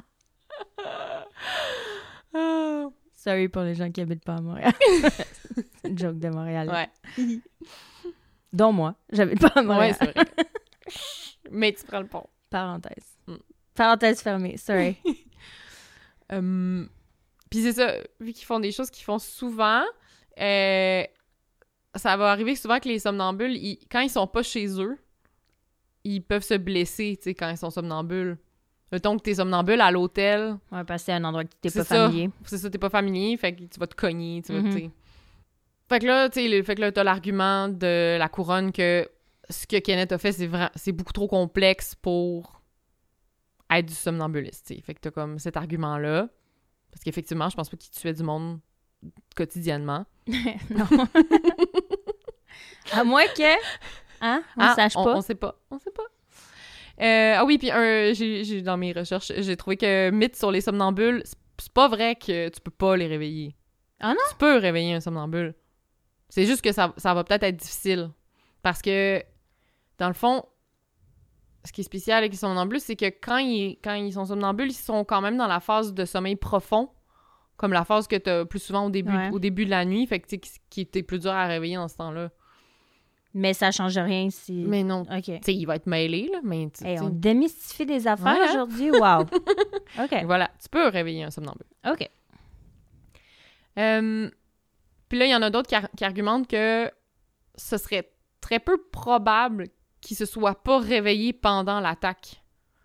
Ah. Sorry pour les gens qui habitent pas à Montréal. C'est une joke de Montréal. Ouais. Dont moi. J'habite pas à Ouais, Montréal. c'est vrai. Mais tu prends le pont. Parenthèse. Mm. Parenthèse fermée. Sorry. Puis c'est ça, vu qu'ils font des choses qu'ils font souvent, ça va arriver souvent que les somnambules, quand ils sont pas chez eux, ils peuvent se blesser, tu sais, quand ils sont somnambules. Mettons que t'es somnambule à l'hôtel. Ouais, parce que c'est un endroit que t'es C'est pas ça. familier. C'est ça, t'es pas familier, fait que tu vas te cogner, tu vas, Mhm. tu sais. Fait que là, tu sais, t'as l'argument de la couronne que ce que Kenneth a fait, c'est beaucoup trop complexe pour être du somnambuliste, tu sais. Fait que t'as comme cet argument-là. Parce qu'effectivement, je pense pas qu'il tuait du monde quotidiennement. Non. À moins que... Hein? On sache pas. On sait pas. On sait pas. Ah oui, puis j'ai dans mes recherches, j'ai trouvé que mythe sur les somnambules, c'est pas vrai que tu peux pas les réveiller. Ah non? Tu peux réveiller un somnambule. C'est juste que ça va peut-être être difficile. Parce que, dans le fond, ce qui est spécial avec les somnambules, c'est que quand ils sont somnambules, ils sont quand même dans la phase de sommeil profond, comme la phase que t'as plus souvent au début de la nuit, fait que, tu sais, qui était plus dur à réveiller dans ce temps-là. Mais ça change rien si... Mais non. OK. Tu sais, il va être mêlé, là, mais... Hey, on démystifie des affaires Ouais, hein? aujourd'hui. Wow. OK. Voilà, tu peux réveiller un somnambule. OK. Puis là, il y en a d'autres qui argumentent que ce serait très peu probable qu'il se soit pas réveillé pendant l'attaque.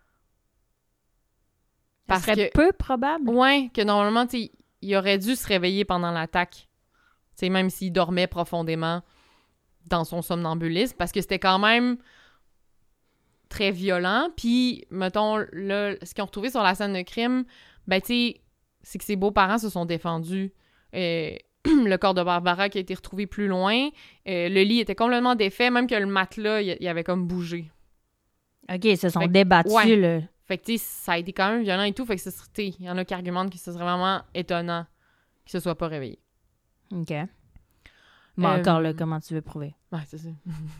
Ça serait peu probable. Ouais, que normalement, tu sais, il aurait dû se réveiller pendant l'attaque. Tu sais, même s'il dormait profondément dans son somnambulisme, parce que c'était quand même très violent. Puis, mettons, là, ce qu'ils ont retrouvé sur la scène de crime, ben, tu sais, c'est que ses beaux-parents se sont défendus. le corps de Barbara qui a été retrouvé plus loin. Le lit était complètement défait, même que le matelas, il avait comme bougé. OK, ils se sont débattus, ouais. là. Fait que, tu sais, ça a été quand même violent et tout. Fait que, il y en a qui argumentent que ce serait vraiment étonnant qu'il se soit pas réveillé. OK. Bon, encore là, comment tu veux prouver? Ouais, c'est ça.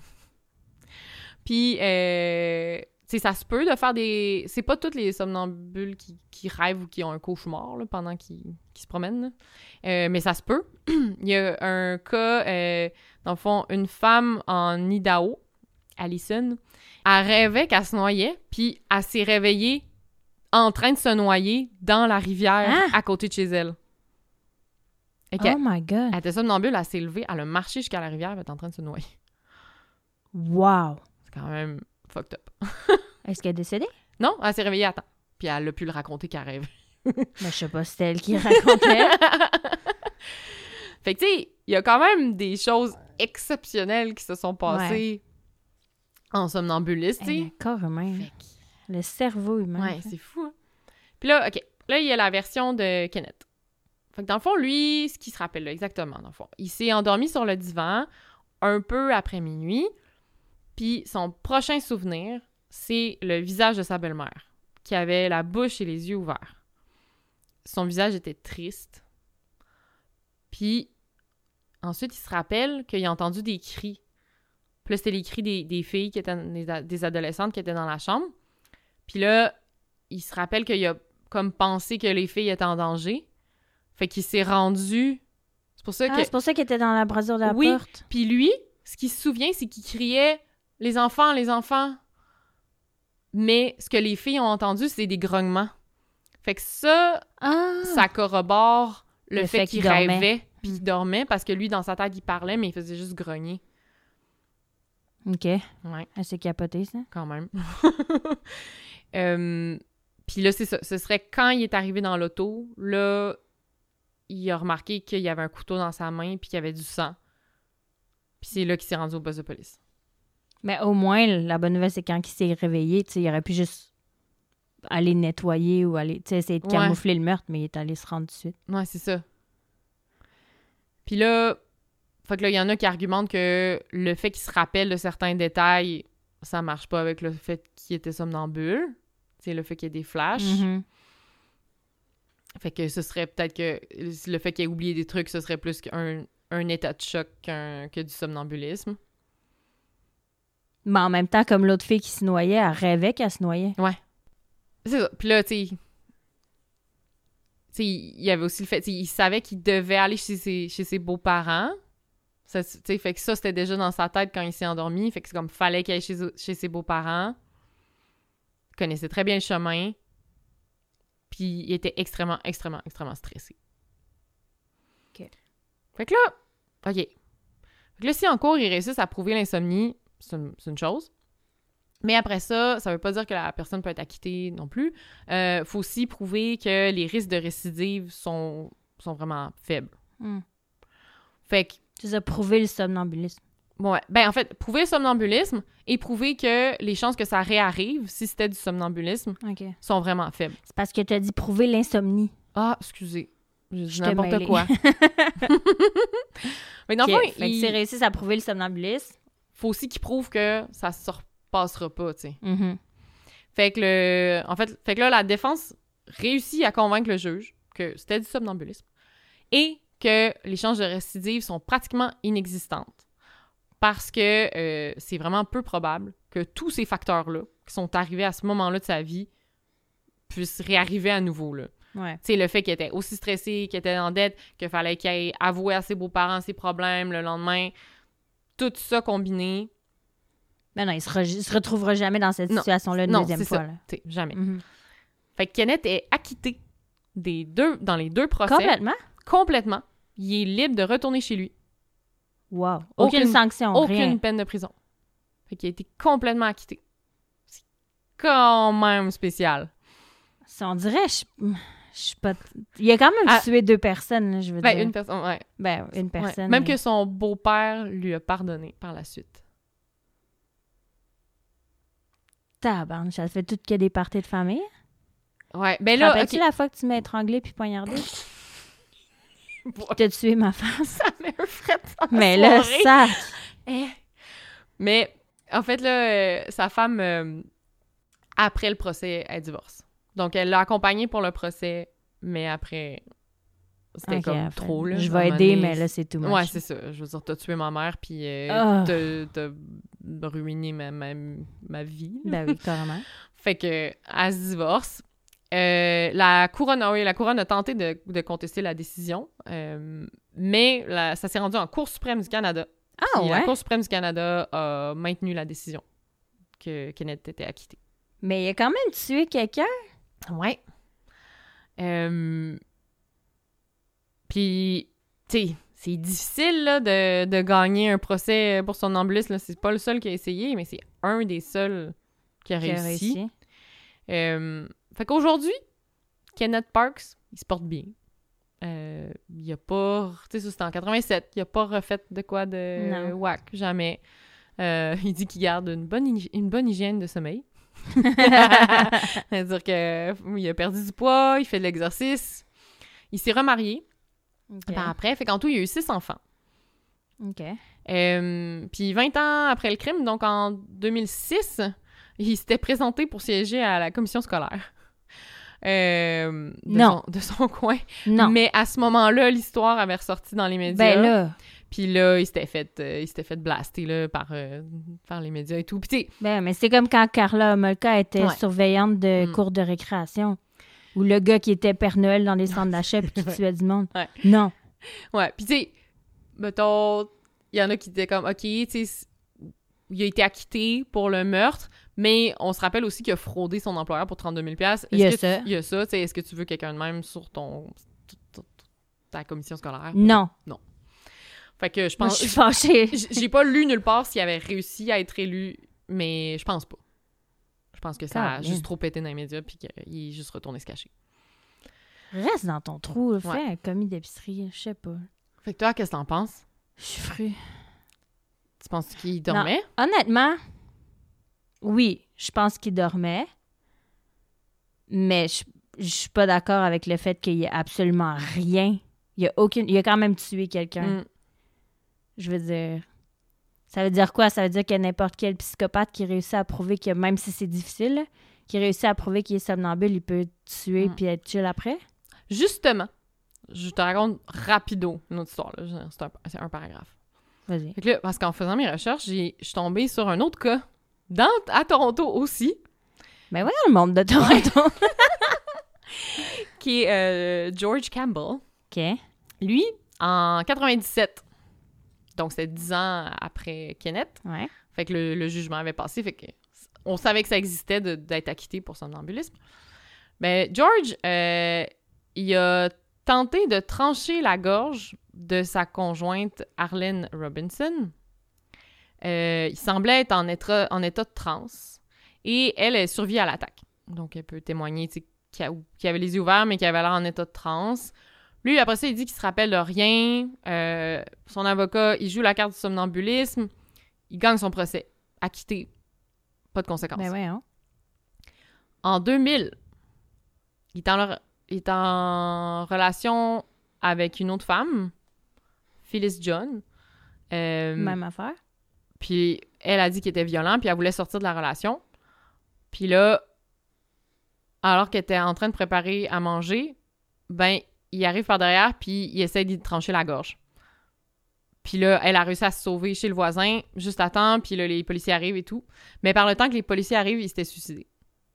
Puis, tu sais, ça se peut de faire des... C'est pas tous les somnambules qui rêvent ou qui ont un cauchemar là, pendant qu'ils se promènent. Mais ça se peut. Il y a un cas, dans le fond, une femme en Idaho, Allison, elle rêvait qu'elle se noyait, puis elle s'est réveillée en train de se noyer dans la rivière à côté de chez elle. Oh my God! Elle était somnambule, elle s'est levée, elle a marché jusqu'à la rivière, elle était en train de se noyer. Wow! C'est quand même fucked up. Est-ce qu'elle est décédée? Non, elle s'est réveillée à temps. Puis elle a pu le raconter qu'elle rêve. Mais je sais pas si c'était elle qui racontait. Fait que, tu sais, il y a quand même des choses exceptionnelles qui se sont passées en somnambulisme, tu sais. Le corps humain. Le cerveau humain. Ouais, c'est fou, hein? Puis là, OK. Là, il y a la version de Kenneth. Fait que dans le fond, lui, ce qu'il se rappelle, là, exactement, dans le fond, il s'est endormi sur le divan un peu après minuit, puis son prochain souvenir, c'est le visage de sa belle-mère, qui avait la bouche et les yeux ouverts. Son visage était triste. Puis ensuite, il se rappelle qu'il a entendu des cris. Puis là, c'était les cris des filles, qui étaient des adolescentes qui étaient dans la chambre. Puis là, il se rappelle qu'il a comme pensé que les filles étaient en danger. Fait qu'il s'est rendu... C'est pour ça qu'il était dans la brasure de la porte. Puis lui, ce qu'il se souvient, c'est qu'il criait « Les enfants, les enfants! » Mais ce que les filles ont entendu, c'est des grognements. Fait que ça corrobore le fait qu'il rêvait puis qu'il dormait, parce que lui, dans sa tête, il parlait, mais il faisait juste grogner. OK. Ouais. Elle s'est capotée, ça? Quand même. Puis là, c'est ça. Ce serait quand il est arrivé dans l'auto, là, il a remarqué qu'il y avait un couteau dans sa main puis qu'il y avait du sang. Puis c'est là qu'il s'est rendu au poste de police. Mais au moins, la bonne nouvelle, c'est quand il s'est réveillé, tu sais, il aurait pu juste aller nettoyer ou aller, tu sais, essayer de camoufler le meurtre, mais il est allé se rendre tout de suite. Ouais, c'est ça. Puis là, fait que là, il y en a qui argumentent que le fait qu'il se rappelle de certains détails, ça marche pas avec le fait qu'il était somnambule. Tu sais, le fait qu'il y ait des flashs. Mm-hmm. Fait que ce serait peut-être que le fait qu'il ait oublié des trucs, ce serait plus qu'un état de choc que du somnambulisme. Mais en même temps, comme l'autre fille qui se noyait, elle rêvait qu'elle se noyait. Ouais. C'est ça. Puis là, tu sais, il y avait aussi le fait, il savait qu'il devait aller chez ses beaux-parents. Tu sais, fait que ça, c'était déjà dans sa tête quand il s'est endormi. Fait que c'est comme, fallait qu'il aille chez ses beaux-parents. Il connaissait très bien le chemin. Puis il était extrêmement, extrêmement, extrêmement stressé. OK. Fait que là, OK. Fait que là, si en cours, il réussit à prouver l'insomnie, c'est une chose. Mais après ça, ça veut pas dire que la personne peut être acquittée non plus. Faut aussi prouver que les risques de récidive sont vraiment faibles. Mm. Fait que... C'est ça, prouver le somnambulisme. Ouais. Ben, en fait, prouver le somnambulisme et prouver que les chances que ça réarrive, si c'était du somnambulisme, sont vraiment faibles. C'est parce que tu as dit prouver l'insomnie. Ah, excusez. J'ai dit n'importe quoi. Mais dans le fond, fait que s'il réussit à prouver le somnambulisme, faut aussi qu'il prouve que ça se repassera pas, tu sais. Mm-hmm. Fait que là, la défense réussit à convaincre le juge que c'était du somnambulisme et que les chances de récidive sont pratiquement inexistantes parce que c'est vraiment peu probable que tous ces facteurs-là qui sont arrivés à ce moment-là de sa vie puissent réarriver à nouveau, là. Ouais. Tu sais, le fait qu'il était aussi stressé, qu'il était en dette, qu'il fallait qu'il aille avouer à ses beaux-parents ses problèmes le lendemain, tout ça combiné. Ben non, il se retrouvera jamais dans cette situation-là une deuxième fois. Non, c'est ça. Jamais. Mm-hmm. Fait que Kenneth est acquitté dans les deux procès. Complètement. Il est libre de retourner chez lui. Wow. Aucune sanction, rien. Aucune peine de prison. Fait qu'il a été complètement acquitté. C'est quand même spécial. Ça, on dirait, je suis pas... Il a quand même tué 2 personnes, là, je veux dire. Une personne, ouais. Ben, une personne. Ouais. Même que son beau-père lui a pardonné par la suite. Tabarne, ça fait tout que des parties de famille. Ouais, ben là... Rappelles-tu la fois que tu m'as étranglé puis poignardé? T'as tué ma face. Ça met un fret dans la Mais là, soirée. ça... Mais, en fait, là, sa femme, après le procès, elle divorce. Donc, elle l'a accompagné pour le procès, mais après, c'était comme trop, là. Je À un vais moment aider, donné, mais là, c'est tout much. Ouais, c'est ça. Je veux dire, t'as tué ma mère, puis t'as ruiné ma vie. Ben oui, carrément. Fait que, elle se divorce. La couronne a tenté de contester la décision, mais ça s'est rendu en Cour suprême du Canada. Ah Puis ouais? la Cour suprême du Canada a maintenu la décision que Kenneth était acquitté. Mais il a quand même tué quelqu'un. Ouais. Puis, tu sais, c'est difficile là, de gagner un procès pour son somnambulisme. Là. C'est pas le seul qui a essayé, mais c'est un des seuls qui a réussi. Fait qu'aujourd'hui, Kenneth Parks, il se porte bien. Il a pas... Tu sais, ça, c'était en 87. Il a pas refait de quoi de whack, jamais. Il dit qu'il garde une bonne hygiène de sommeil. C'est-à-dire qu'il a perdu du poids, il fait de l'exercice. Il s'est remarié par après. Fait qu'en tout, il a eu 6 enfants. OK. Puis 20 ans après le crime, donc en 2006, il s'était présenté pour siéger à la commission scolaire. De son coin. Non. Mais à ce moment-là, l'histoire avait ressorti dans les médias. Ben là. Puis là, il s'était fait blaster là, par les médias et tout. Puis tu sais... Ben, mais c'est comme quand Carla Homolka était surveillante de cours de récréation. Ou le gars qui était Père Noël dans les centres d'achat puis qui tuait du monde. Ouais. Non. Ouais. Puis tu sais, mettons, il y en a qui disaient comme, OK, tu sais, il a été acquitté pour le meurtre, mais on se rappelle aussi qu'il a fraudé son employeur pour 32 000 $. Il y a ça. Il y a ça. Tu sais, est-ce que tu veux quelqu'un de même sur ta commission scolaire? Non. Non. Fait que je pense... Je suis fâchée. J'ai pas lu nulle part s'il avait réussi à être élu, mais je pense pas. Je pense que ça a juste trop pété dans les médias puis qu'il est juste retourné se cacher. Reste dans ton trou. Fais un commis d'épicerie. Je sais pas. Fait que toi, qu'est-ce que t'en penses? Je suis fru. Tu penses qu'il dormait? Non. Honnêtement, oui, je pense qu'il dormait. Mais je suis pas d'accord avec le fait qu'il y ait absolument rien. Il a quand même tué quelqu'un. Je veux dire... Ça veut dire quoi? Ça veut dire que n'importe quel psychopathe qui réussit à prouver que, même si c'est difficile, là, qui réussit à prouver qu'il est somnambule, il peut tuer puis être chill après? Justement, je te raconte rapido une autre histoire. Là. C'est un paragraphe. Vas-y. Fait que là, parce qu'en faisant mes recherches, je suis tombée sur un autre cas à Toronto aussi. Ben voyons le monde de Toronto. Qui est George Campbell. OK. Lui, en 97. Donc, c'était 10 ans après Kenneth. Ouais. Fait que le jugement avait passé. Fait que on savait que ça existait d'être acquitté pour somnambulisme. Mais George, il a tenté de trancher la gorge de sa conjointe Arlene Robinson. Il semblait être en état de transe. Et elle survit à l'attaque. Donc, elle peut témoigner qu'il avait les yeux ouverts, mais qu'il avait l'air en état de transe. Lui, après ça, il dit qu'il se rappelle de rien. Son avocat, il joue la carte du somnambulisme. Il gagne son procès. Acquitté. Pas de conséquences. Ben ouais, hein? En 2000, il est en relation avec une autre femme, Phyllis John. Même affaire. Puis elle a dit qu'il était violent, puis elle voulait sortir de la relation. Puis là, alors qu'elle était en train de préparer à manger, ben, il arrive par derrière, puis il essaie d'y trancher la gorge. Puis là, elle a réussi à se sauver chez le voisin, juste à temps, puis là, les policiers arrivent et tout. Mais par le temps que les policiers arrivent, il s'était suicidé.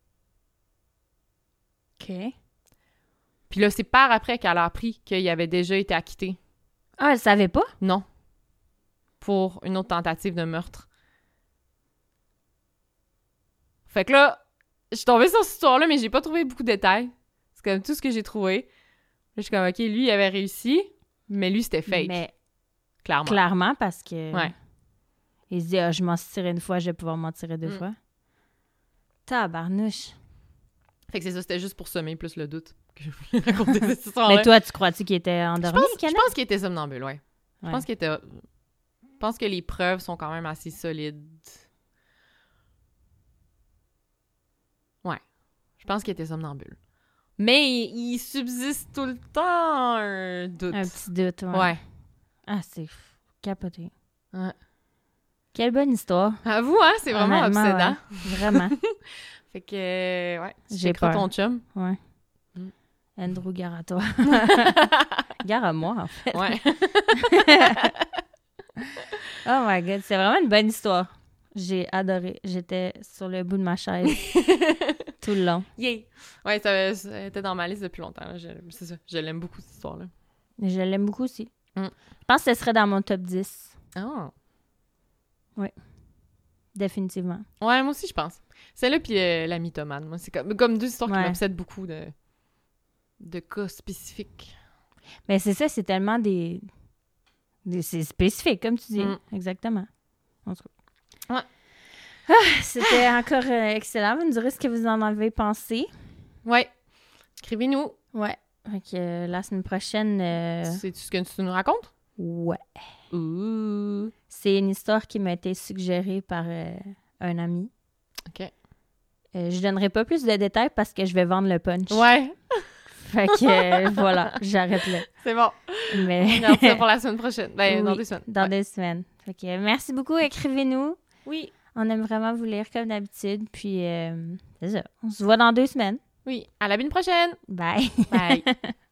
OK. Puis là, c'est par après qu'elle a appris qu'il avait déjà été acquitté. Ah, elle savait pas? Non. Pour une autre tentative de meurtre. Fait que là, je suis tombée sur cette histoire-là, mais j'ai pas trouvé beaucoup de détails. C'est comme tout ce que j'ai trouvé. Là, je suis comme, OK, lui, il avait réussi, mais lui, c'était fake. Mais clairement. Clairement, parce que... Ouais. Il se dit, ah, je m'en suis tiré une fois, je vais pouvoir m'en tirer 2 fois. Tabarnouche. Fait que c'est ça, c'était juste pour semer plus le doute que je voulais raconter cette histoire-là. Mais toi, tu crois-tu qu'il était endormi, Je pense qu'il était somnambule, ouais. Je Ouais. pense que les preuves sont quand même assez solides. Ouais. Je pense qu'il était somnambule. Mais il subsiste tout le temps un doute. Un petit doute, Ouais. Ah, c'est capoté. Ouais. Quelle bonne histoire. À vous, hein? C'est vraiment Honnêtement, obsédant. ouais. Vraiment. Fait que, ouais. Tu J'ai checkeras peur. ton chum. Ouais. Mm. Andrew, gare à toi. Gare à moi, en fait. Ouais. Oh my God, c'est vraiment une bonne histoire. J'ai adoré. J'étais sur le bout de ma chaise tout le long. Yay! Ouais, ça était dans ma liste depuis longtemps. Là. C'est ça. Je l'aime beaucoup, cette histoire-là. Je l'aime beaucoup aussi. Mm. Je pense que ce serait dans mon top 10. Ah! Définitivement. Ouais, moi aussi, je pense. Celle-là, puis la mythomane. Moi, c'est comme deux histoires qui Ouais. m'obsèdent beaucoup de cas spécifiques. Mais c'est ça, c'est tellement c'est spécifique, comme tu dis. Mm. Exactement. En tout cas. Ouais. Ah, c'était encore excellent. Vous nous direz ce que vous en avez pensé. Ouais. Écrivez-nous. Ouais. Fait que la semaine prochaine... C'est ce que tu nous racontes? Ouais. Ouh! C'est une histoire qui m'a été suggérée par un ami. OK. Je donnerai pas plus de détails parce que je vais vendre le punch. Ouais, Fait que voilà, j'arrête là. c'est bon. Mais On garde ça pour la semaine prochaine. Ben, dans Oui, 2 semaines. dans Ouais. 2 semaines. Fait que merci beaucoup, écrivez-nous. Oui. On aime vraiment vous lire comme d'habitude. Puis c'est ça. On se voit dans 2 semaines. Oui. À la semaine prochaine. Bye. Bye.